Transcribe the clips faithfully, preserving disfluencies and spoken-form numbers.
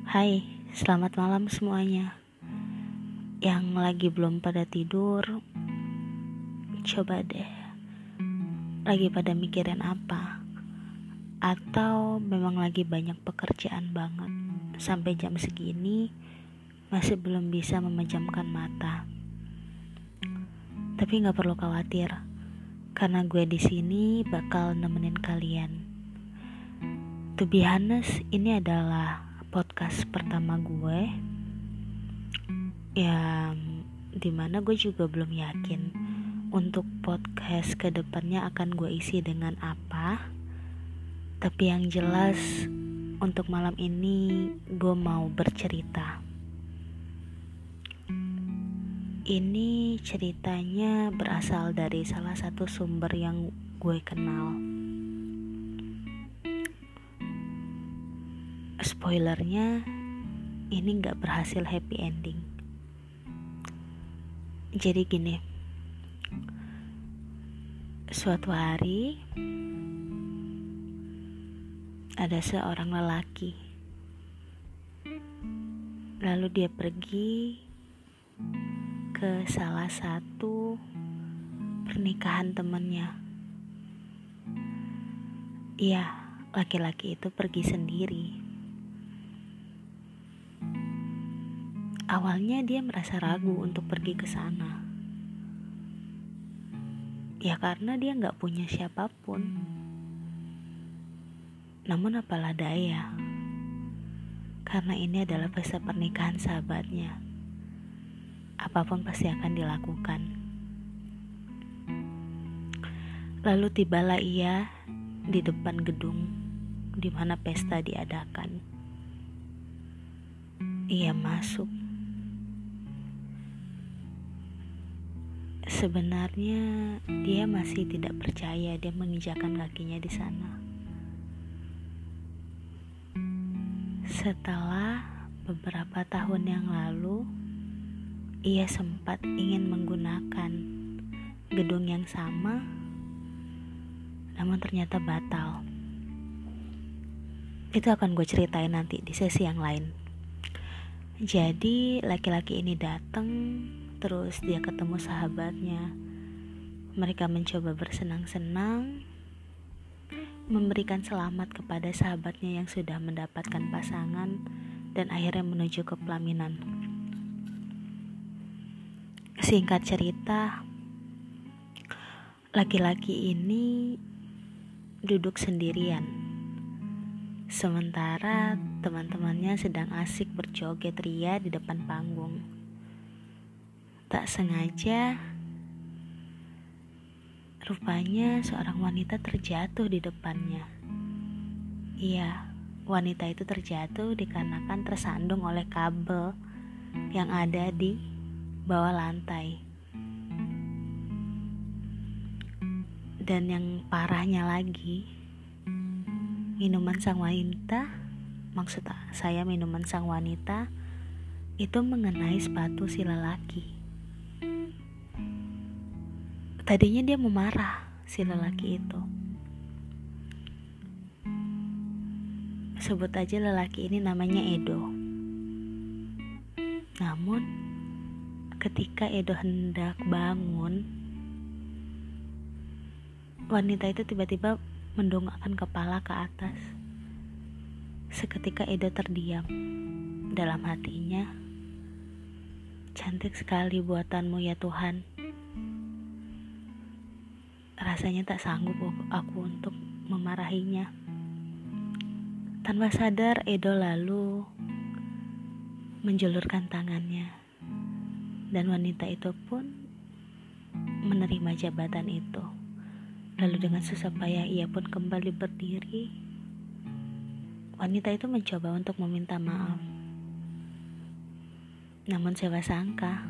Hai, selamat malam semuanya. Yang lagi belum pada tidur, coba deh, lagi pada mikirin apa? Atau memang lagi banyak pekerjaan banget, sampai jam segini masih belum bisa memejamkan mata. Tapi gak perlu khawatir, karena gue di sini bakal nemenin kalian. To be honest, ini adalah podcast pertama gue, ya dimana gue juga belum yakin untuk podcast kedepannya akan gue isi dengan apa. Tapi yang jelas untuk malam ini gue mau bercerita. Ini ceritanya berasal dari salah satu sumber yang gue kenal. Spoilernya, ini gak berhasil happy ending. Jadi gini, suatu hari ada seorang lelaki, lalu dia pergi ke salah satu pernikahan temannya. Iya, laki-laki itu pergi sendiri. Awalnya dia merasa ragu untuk pergi ke sana. Ya karena dia gak punya siapapun. Namun apalah daya, karena ini adalah pesta pernikahan sahabatnya. Apapun pasti akan dilakukan. Lalu tibalah ia di depan gedung di mana pesta diadakan. Ia masuk. Sebenarnya dia masih tidak percaya dia menginjakan kakinya di sana. Setelah beberapa tahun yang lalu, ia sempat ingin menggunakan gedung yang sama, namun ternyata batal. Itu akan gue ceritain nanti di sesi yang lain. Jadi laki-laki ini datang, terus dia ketemu sahabatnya. Mereka mencoba bersenang-senang, memberikan selamat kepada sahabatnya yang sudah mendapatkan pasangan, dan akhirnya menuju ke pelaminan. Singkat cerita, laki-laki ini duduk sendirian, sementara teman-temannya sedang asik berjoget ria di depan panggung. Tak sengaja, rupanya seorang wanita terjatuh di depannya. Iya, wanita itu terjatuh dikarenakan tersandung oleh kabel yang ada di bawah lantai. Dan yang parahnya lagi, minuman sang wanita, maksud saya minuman sang wanita, itu mengenai sepatu si lelaki. Tadinya dia memarah si lelaki itu. Sebut aja lelaki ini namanya Edo. Namun ketika Edo hendak bangun, wanita itu tiba-tiba mendongakkan kepala ke atas. Seketika Edo terdiam. Dalam hatinya, cantik sekali buatanmu ya Tuhan. Rasanya tak sanggup aku untuk memarahinya. Tanpa sadar, Edo lalu menjulurkan tangannya, dan wanita itu pun menerima jabatan itu. Lalu dengan susah payah ia pun kembali berdiri. Wanita itu mencoba untuk meminta maaf. Namun siapa sangka,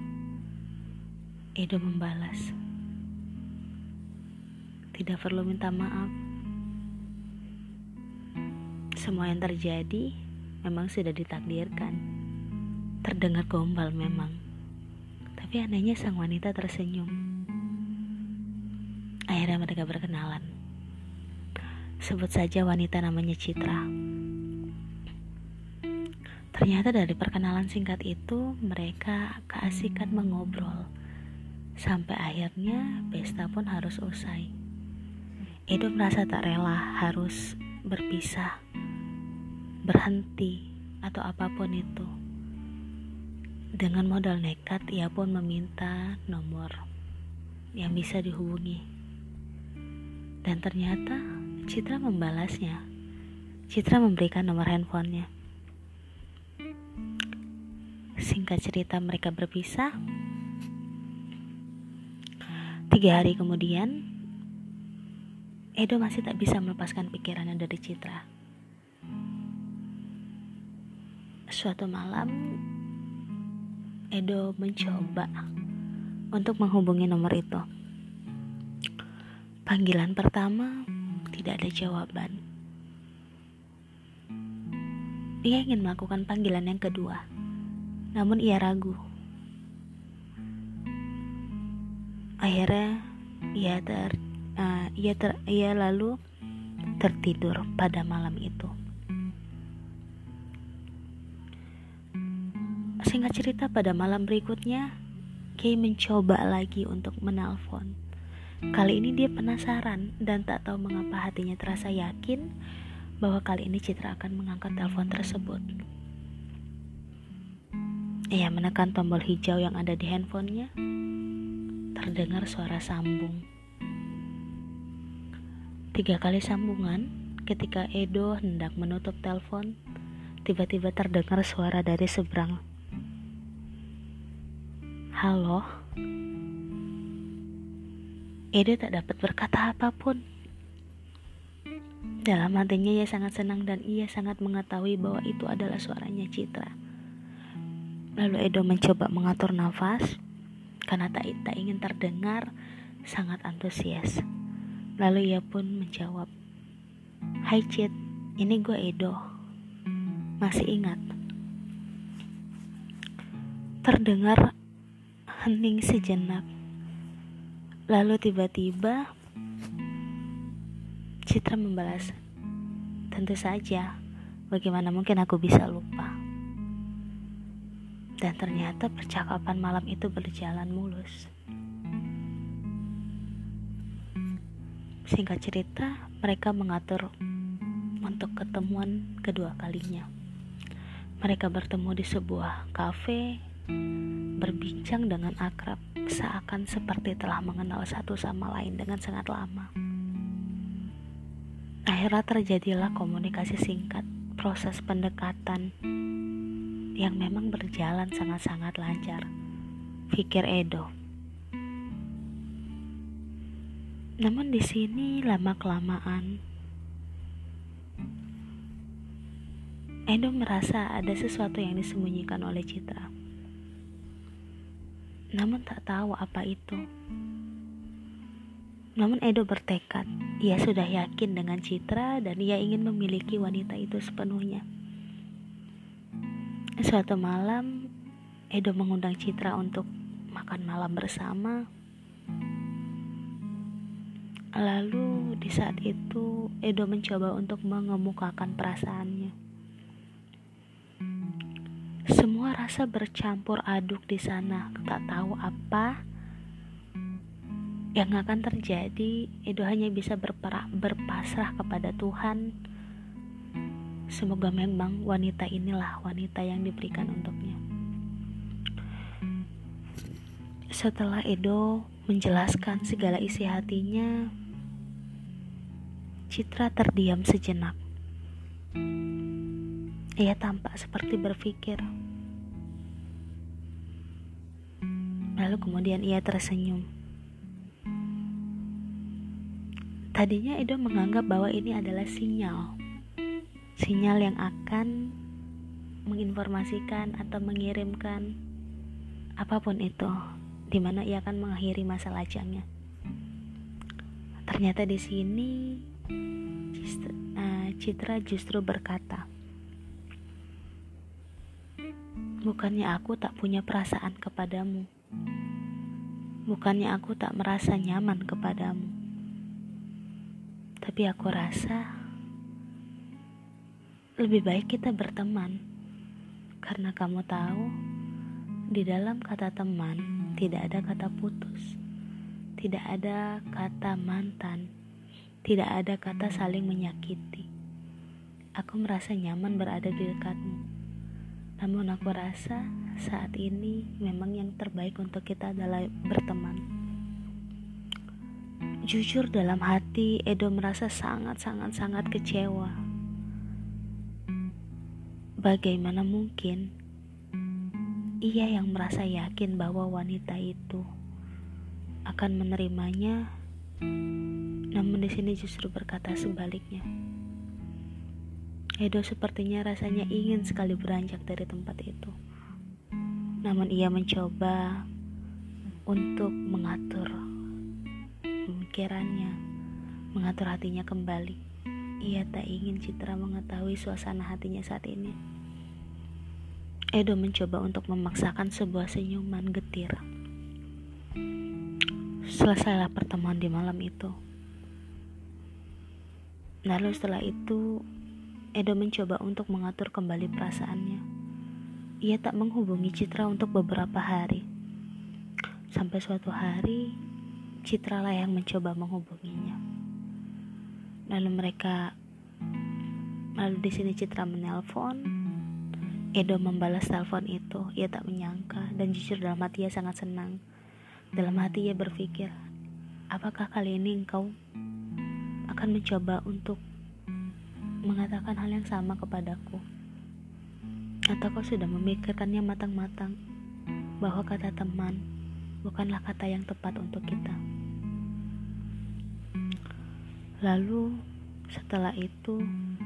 Edo membalas, tidak perlu minta maaf. Semua yang terjadi memang sudah ditakdirkan. Terdengar gombal memang, tapi anehnya sang wanita tersenyum. Akhirnya mereka berkenalan. Sebut saja wanita namanya Citra. Ternyata dari perkenalan singkat itu mereka keasikan mengobrol. Sampai akhirnya pesta pun harus usai. Edo merasa tak rela harus berpisah, berhenti, atau apapun itu. Dengan modal nekat, ia pun meminta nomor yang bisa dihubungi. Dan ternyata Citra membalasnya. Citra memberikan nomor handphonenya. Singkat cerita, mereka berpisah. Tiga hari kemudian, Edo masih tak bisa melepaskan pikirannya dari Citra. Suatu malam, Edo mencoba untuk menghubungi nomor itu. Panggilan pertama tidak ada jawaban. Ia ingin melakukan panggilan yang kedua, namun ia ragu. Akhirnya ia ter, uh, ia, ter, ia lalu tertidur pada malam itu. Singkat cerita, pada malam berikutnya, Kay mencoba lagi untuk menelpon. Kali ini dia penasaran dan tak tahu mengapa hatinya terasa yakin bahwa kali ini Citra akan mengangkat telepon tersebut. Ia menekan tombol hijau yang ada di handphonenya. Terdengar suara sambung. Tiga kali sambungan, ketika Edo hendak menutup telepon, tiba-tiba terdengar suara dari seberang. Halo? Edo tak dapat berkata apapun. Dalam hatinya ia sangat senang dan ia sangat mengetahui bahwa itu adalah suaranya Citra. Lalu Edo mencoba mengatur nafas. Karena tak, tak ingin terdengar, sangat antusias. Lalu ia pun menjawab, "Hai Cit, ini gue Edo. Masih ingat?" Terdengar hening sejenak. Lalu tiba-tiba Citra membalas, "Tentu saja, bagaimana mungkin aku bisa lupa?" Dan ternyata percakapan malam itu berjalan mulus. Singkat cerita, mereka mengatur untuk ketemuan kedua kalinya. Mereka bertemu di sebuah kafe, berbincang dengan akrab, seakan seperti telah mengenal satu sama lain dengan sangat lama. Akhirnya terjadilah komunikasi singkat, proses pendekatan yang memang berjalan sangat-sangat lancar, pikir Edo. Namun di sini lama-kelamaan Edo merasa ada sesuatu yang disembunyikan oleh Citra. Namun tak tahu apa itu. Namun Edo bertekad, ia sudah yakin dengan Citra dan ia ingin memiliki wanita itu sepenuhnya. Suatu malam, Edo mengundang Citra untuk makan malam bersama. Lalu di saat itu, Edo mencoba untuk mengemukakan perasaannya. Semua rasa bercampur aduk di sana, tak tahu apa yang akan terjadi. Edo hanya bisa berperah, berpasrah kepada Tuhan. Semoga memang wanita inilah wanita yang diberikan untuknya. Setelah Edo menjelaskan segala isi hatinya, Citra terdiam sejenak. Ia tampak seperti berpikir. Lalu kemudian ia tersenyum. Tadinya Edo menganggap bahwa ini adalah sinyal. Sinyal yang akan menginformasikan atau mengirimkan apapun itu, di mana ia akan mengakhiri masa lajangnya. Ternyata di sini Citra justru berkata, "Bukannya aku tak punya perasaan kepadamu. Bukannya aku tak merasa nyaman kepadamu. Tapi aku rasa lebih baik kita berteman. Karena kamu tahu, di dalam kata teman tidak ada kata putus, tidak ada kata mantan, tidak ada kata saling menyakiti. Aku merasa nyaman berada di dekatmu. Namun aku rasa saat ini memang yang terbaik untuk kita adalah berteman. Jujur dalam hati, Edo merasa sangat-sangat-sangat kecewa. Bagaimana mungkin ia yang merasa yakin bahwa wanita itu akan menerimanya, namun di sini justru berkata sebaliknya. Edo sepertinya rasanya ingin sekali beranjak dari tempat itu. Namun ia mencoba untuk mengatur pemikirannya, mengatur hatinya kembali. Ia tak ingin Citra mengetahui suasana hatinya saat ini. Edo mencoba untuk memaksakan sebuah senyuman getir. Selesailah pertemuan di malam itu. Lalu setelah itu, Edo mencoba untuk mengatur kembali perasaannya. Ia tak menghubungi Citra untuk beberapa hari. Sampai suatu hari, Citra lah yang mencoba menghubunginya. Lalu mereka, lalu di sini Citra menelpon. Edo membalas telepon itu. Ia tak menyangka dan jujur dalam hati ia sangat senang. Dalam hati ia berpikir, apakah kali ini engkau akan mencoba untuk mengatakan hal yang sama kepadaku? Atau kau sudah memikirkannya matang-matang bahwa kata teman bukanlah kata yang tepat untuk kita? Lalu setelah itu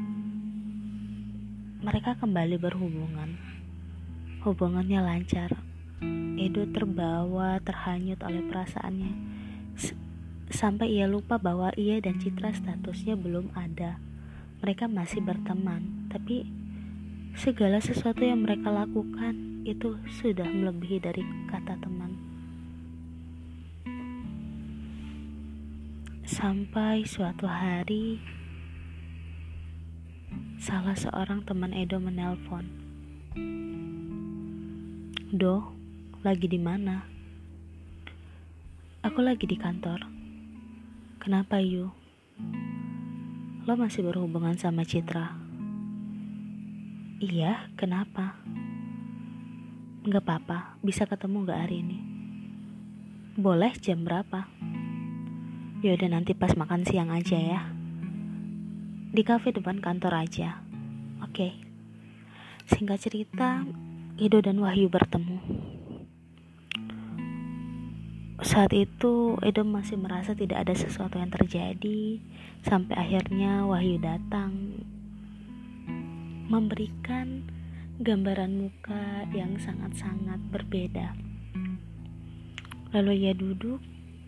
mereka kembali berhubungan. Hubungannya lancar. Edo terbawa, terhanyut oleh perasaannya S- sampai ia lupa bahwa ia dan Citra statusnya belum ada. Mereka masih berteman, tapi segala sesuatu yang mereka lakukan itu sudah melebihi dari kata teman. Sampai suatu hari, salah seorang teman Edo menelpon. Do, lagi di mana? Aku lagi di kantor. Kenapa Yu? Lo masih berhubungan sama Citra? Iya, kenapa? Gak apa-apa, bisa ketemu gak hari ini? Boleh, jam berapa? Yaudah nanti pas makan siang aja ya. Di kafe depan kantor aja. Oke. Singkat cerita, Edo dan Wahyu bertemu. Saat itu Edo masih merasa tidak ada sesuatu yang terjadi, sampai akhirnya Wahyu datang memberikan gambaran muka yang sangat-sangat berbeda. Lalu ia duduk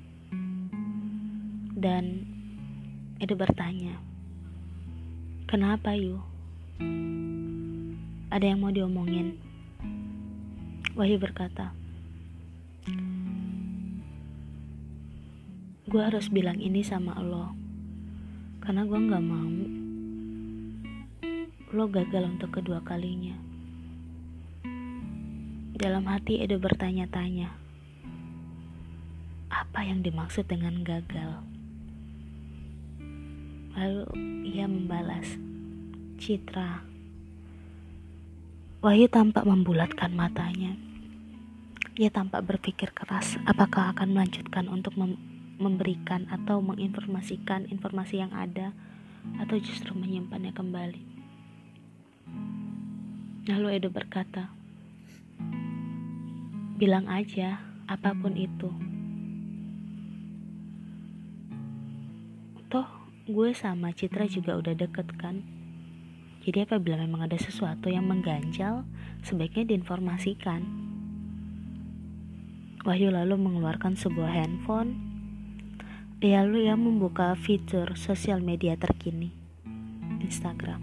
dan Edo bertanya, kenapa Yu? Ada yang mau diomongin? Wahyu berkata, gue harus bilang ini sama lo, karena gue gak mau lo gagal untuk kedua kalinya. Dalam hati Edo bertanya-tanya, apa yang dimaksud dengan gagal? Lalu ia membalas, Citra. Wahyu tampak membulatkan matanya. Ia tampak berpikir keras apakah akan melanjutkan untuk mem- memberikan atau menginformasikan informasi yang ada, atau justru menyimpannya kembali. Lalu Edo berkata, bilang aja apapun itu. Toh gue sama Citra juga udah deket kan. Jadi apabila memang ada sesuatu yang mengganjal, sebaiknya diinformasikan. Wahyu lalu mengeluarkan sebuah handphone. Lalu ia membuka fitur sosial media terkini, Instagram.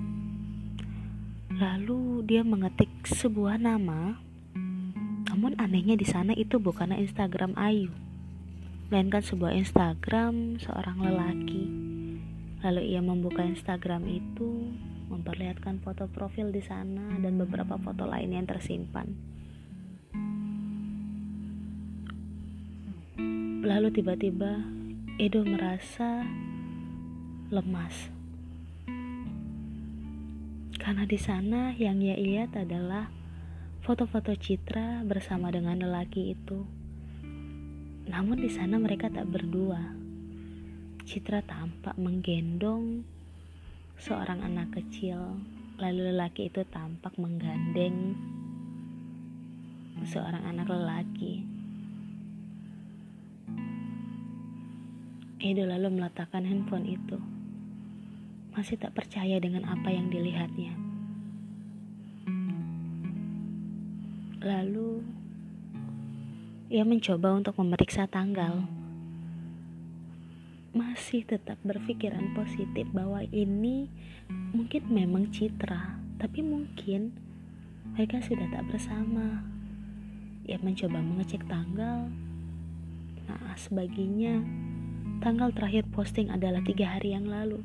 Lalu dia mengetik sebuah nama. Namun anehnya di sana itu bukan Instagram Ayu, melainkan sebuah Instagram seorang lelaki. Lalu ia membuka Instagram itu. memperlihatkan foto profil di sana dan beberapa foto lain yang tersimpan. Lalu tiba-tiba Edo merasa lemas. Karena di sana yang ia lihat adalah foto-foto Citra bersama dengan lelaki itu. Namun di sana mereka tak berdua. Citra tampak menggendong seorang anak kecil, lalu lelaki itu tampak menggandeng seorang anak lelaki. Edo lalu meletakkan handphone itu, masih tak percaya dengan apa yang dilihatnya. Lalu ia mencoba untuk memeriksa tanggal. Masih tetap berpikiran positif bahwa ini mungkin memang Citra, tapi mungkin mereka sudah tak bersama. Ia mencoba mengecek tanggal. Nah, sebaginya tanggal terakhir posting adalah tiga hari yang lalu.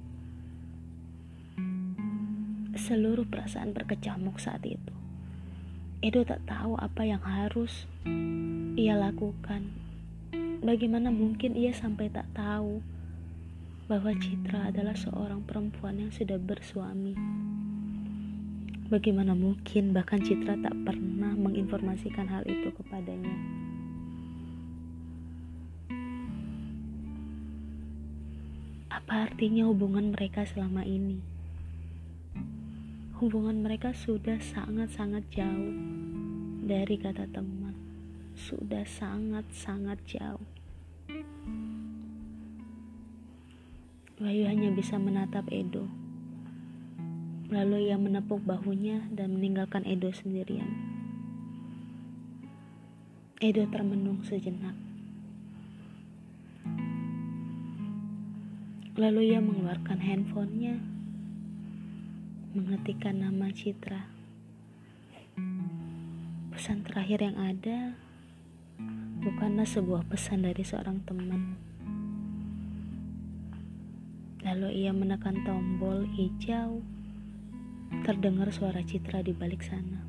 Seluruh perasaan berkecamuk saat itu. Edo tak tahu apa yang harus ia lakukan. Bagaimana mungkin ia sampai tak tahu bahwa Citra adalah seorang perempuan yang sudah bersuami. Bagaimana mungkin bahkan Citra tak pernah menginformasikan hal itu kepadanya. Apa artinya hubungan mereka selama ini? Hubungan mereka sudah sangat-sangat jauh dari kata teman. Sudah sangat-sangat jauh. Bayu hanya bisa menatap Edo. Lalu ia menepuk bahunya dan meninggalkan Edo sendirian. Edo termenung sejenak. Lalu ia mengeluarkan handphonenya, mengetikkan nama Citra. Pesan terakhir yang ada bukanlah sebuah pesan dari seorang teman. Lalu ia menekan tombol hijau. Terdengar suara Citra di balik sana.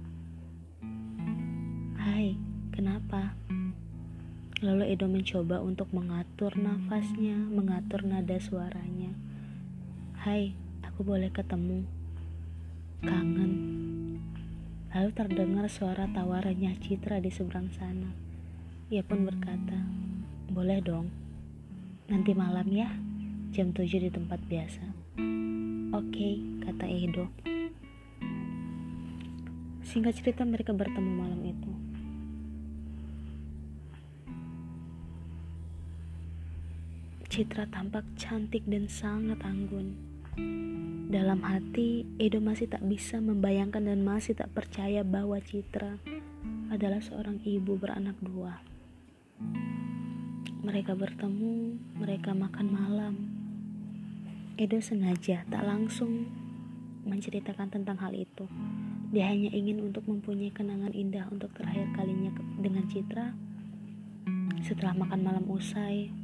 Hai, kenapa? Lalu Edo mencoba untuk mengatur nafasnya, mengatur nada suaranya. Hai, aku boleh ketemu? Kangen. Lalu terdengar suara tawarannya Citra di seberang sana. Ia pun berkata, boleh dong. Nanti malam ya, jam tujuh di tempat biasa. Oke, kata Edo. Singkat cerita mereka bertemu malam itu. Citra tampak cantik dan sangat anggun. Dalam hati, Edo masih tak bisa membayangkan dan masih tak percaya bahwa Citra adalah seorang ibu beranak dua. Mereka bertemu, mereka makan malam. Edo sengaja tak langsung menceritakan tentang hal itu. Dia hanya ingin untuk mempunyai kenangan indah untuk terakhir kalinya dengan Citra. Setelah makan malam usai,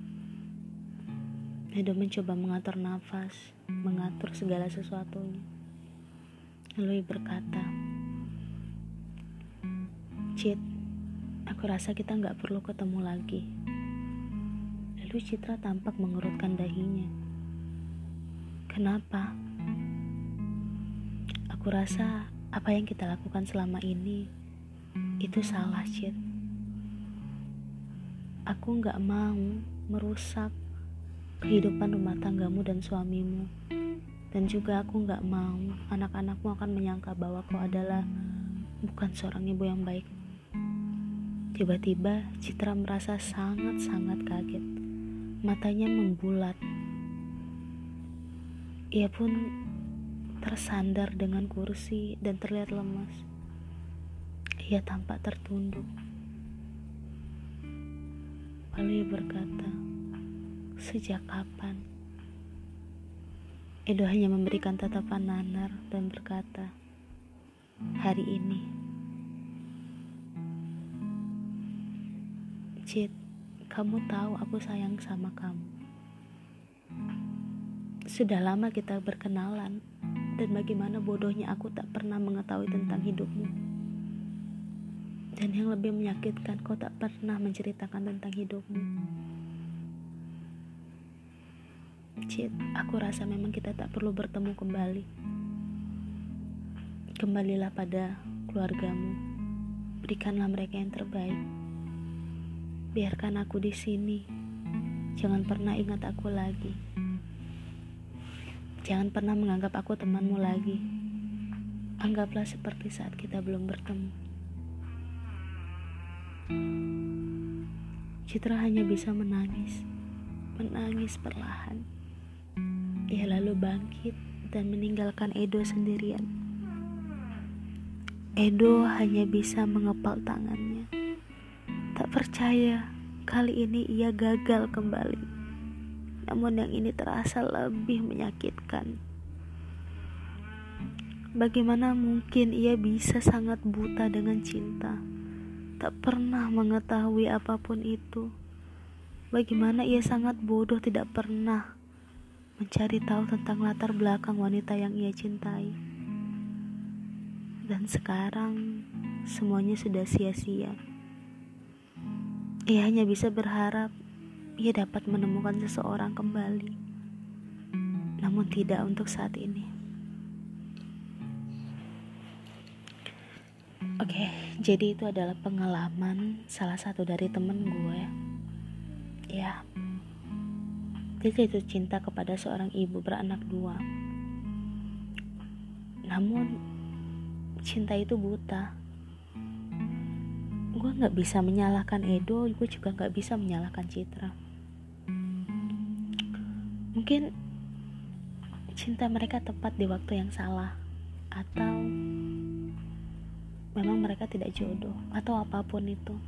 Edo mencoba mengatur nafas, mengatur segala sesuatunya. Lalu ia berkata, Cit, aku rasa kita gak perlu ketemu lagi. Lalu Citra tampak mengerutkan dahinya. Kenapa? Aku rasa apa yang kita lakukan selama ini itu salah, Cit. Aku gak mau merusak kehidupan rumah tanggamu dan suamimu. Dan juga aku gak mau anak-anakmu akan menyangka bahwa kau adalah bukan seorang ibu yang baik. Tiba-tiba Citra merasa sangat-sangat kaget. Matanya membulat. Ia pun tersandar dengan kursi dan terlihat lemas. Ia tampak tertunduk. Lalu ia berkata, sejak kapan? Edo hanya memberikan tatapan nanar dan berkata, hari ini. Cit, kamu tahu aku sayang sama kamu. Sudah lama kita berkenalan. Dan bagaimana bodohnya aku tak pernah mengetahui tentang hidupmu. Dan yang lebih menyakitkan, kau tak pernah menceritakan tentang hidupmu. Cid, aku rasa memang kita tak perlu bertemu kembali. Kembalilah pada keluargamu. Berikanlah mereka yang terbaik. Biarkan aku di sini. Jangan pernah ingat aku lagi. Jangan pernah menganggap aku temanmu lagi. Anggaplah seperti saat kita belum bertemu. Citra hanya bisa menangis. Menangis perlahan. Ia lalu bangkit dan meninggalkan Edo sendirian. Edo hanya bisa mengepal tangannya. Tak percaya kali ini ia gagal kembali. Namun yang ini terasa lebih menyakitkan. Bagaimana mungkin ia bisa sangat buta dengan cinta, tak pernah mengetahui apapun itu. Bagaimana ia sangat bodoh tidak pernah mencari tahu tentang latar belakang wanita yang ia cintai. Dan sekarang semuanya sudah sia-sia. Ia hanya bisa berharap ia dapat menemukan seseorang kembali. Namun tidak untuk saat ini. Oke, jadi itu adalah pengalaman salah satu dari temen gue. Ya, dia jatuh cinta kepada seorang ibu beranak dua. Namun cinta itu buta. Gue gak bisa menyalahkan Edo, gue juga gak bisa menyalahkan Citra. Mungkin cinta mereka tepat di waktu yang salah, atau memang mereka tidak jodoh, atau apapun itu.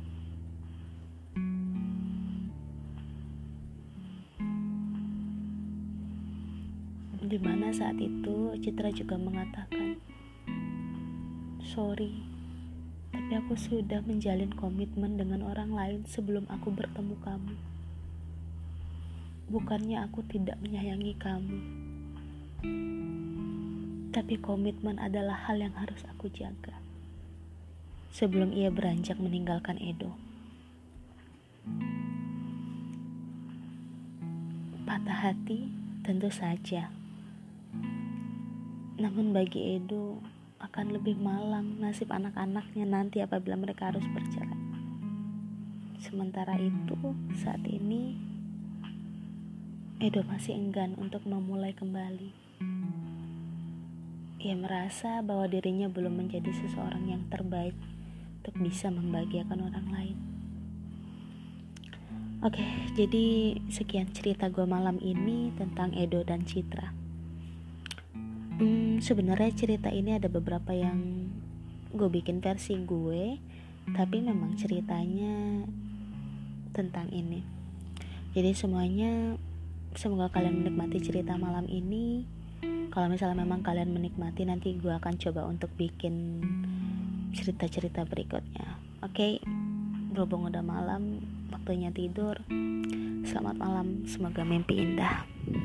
Dimana saat itu Citra juga mengatakan, sorry, tapi aku sudah menjalin komitmen dengan orang lain sebelum aku bertemu kamu. Bukannya aku tidak menyayangi kamu, tapi komitmen adalah hal yang harus aku jaga. Sebelum ia beranjak meninggalkan Edo. Patah hati tentu saja. Namun bagi Edo akan lebih malang nasib anak-anaknya nanti apabila mereka harus bercerai. Sementara itu, saat ini Edo masih enggan untuk memulai kembali. Ia merasa bahwa dirinya belum menjadi seseorang yang terbaik untuk bisa membahagiakan orang lain. Oke, jadi sekian cerita gue malam ini tentang Edo dan Citra. Hmm, sebenarnya cerita ini ada beberapa yang gue bikin versi gue, tapi memang ceritanya tentang ini. Jadi semuanya, semoga kalian menikmati cerita malam ini. Kalau misalnya memang kalian menikmati, nanti gue akan coba untuk bikin cerita-cerita berikutnya. Oke, berhubung udah malam, waktunya tidur. Selamat malam, semoga mimpi indah.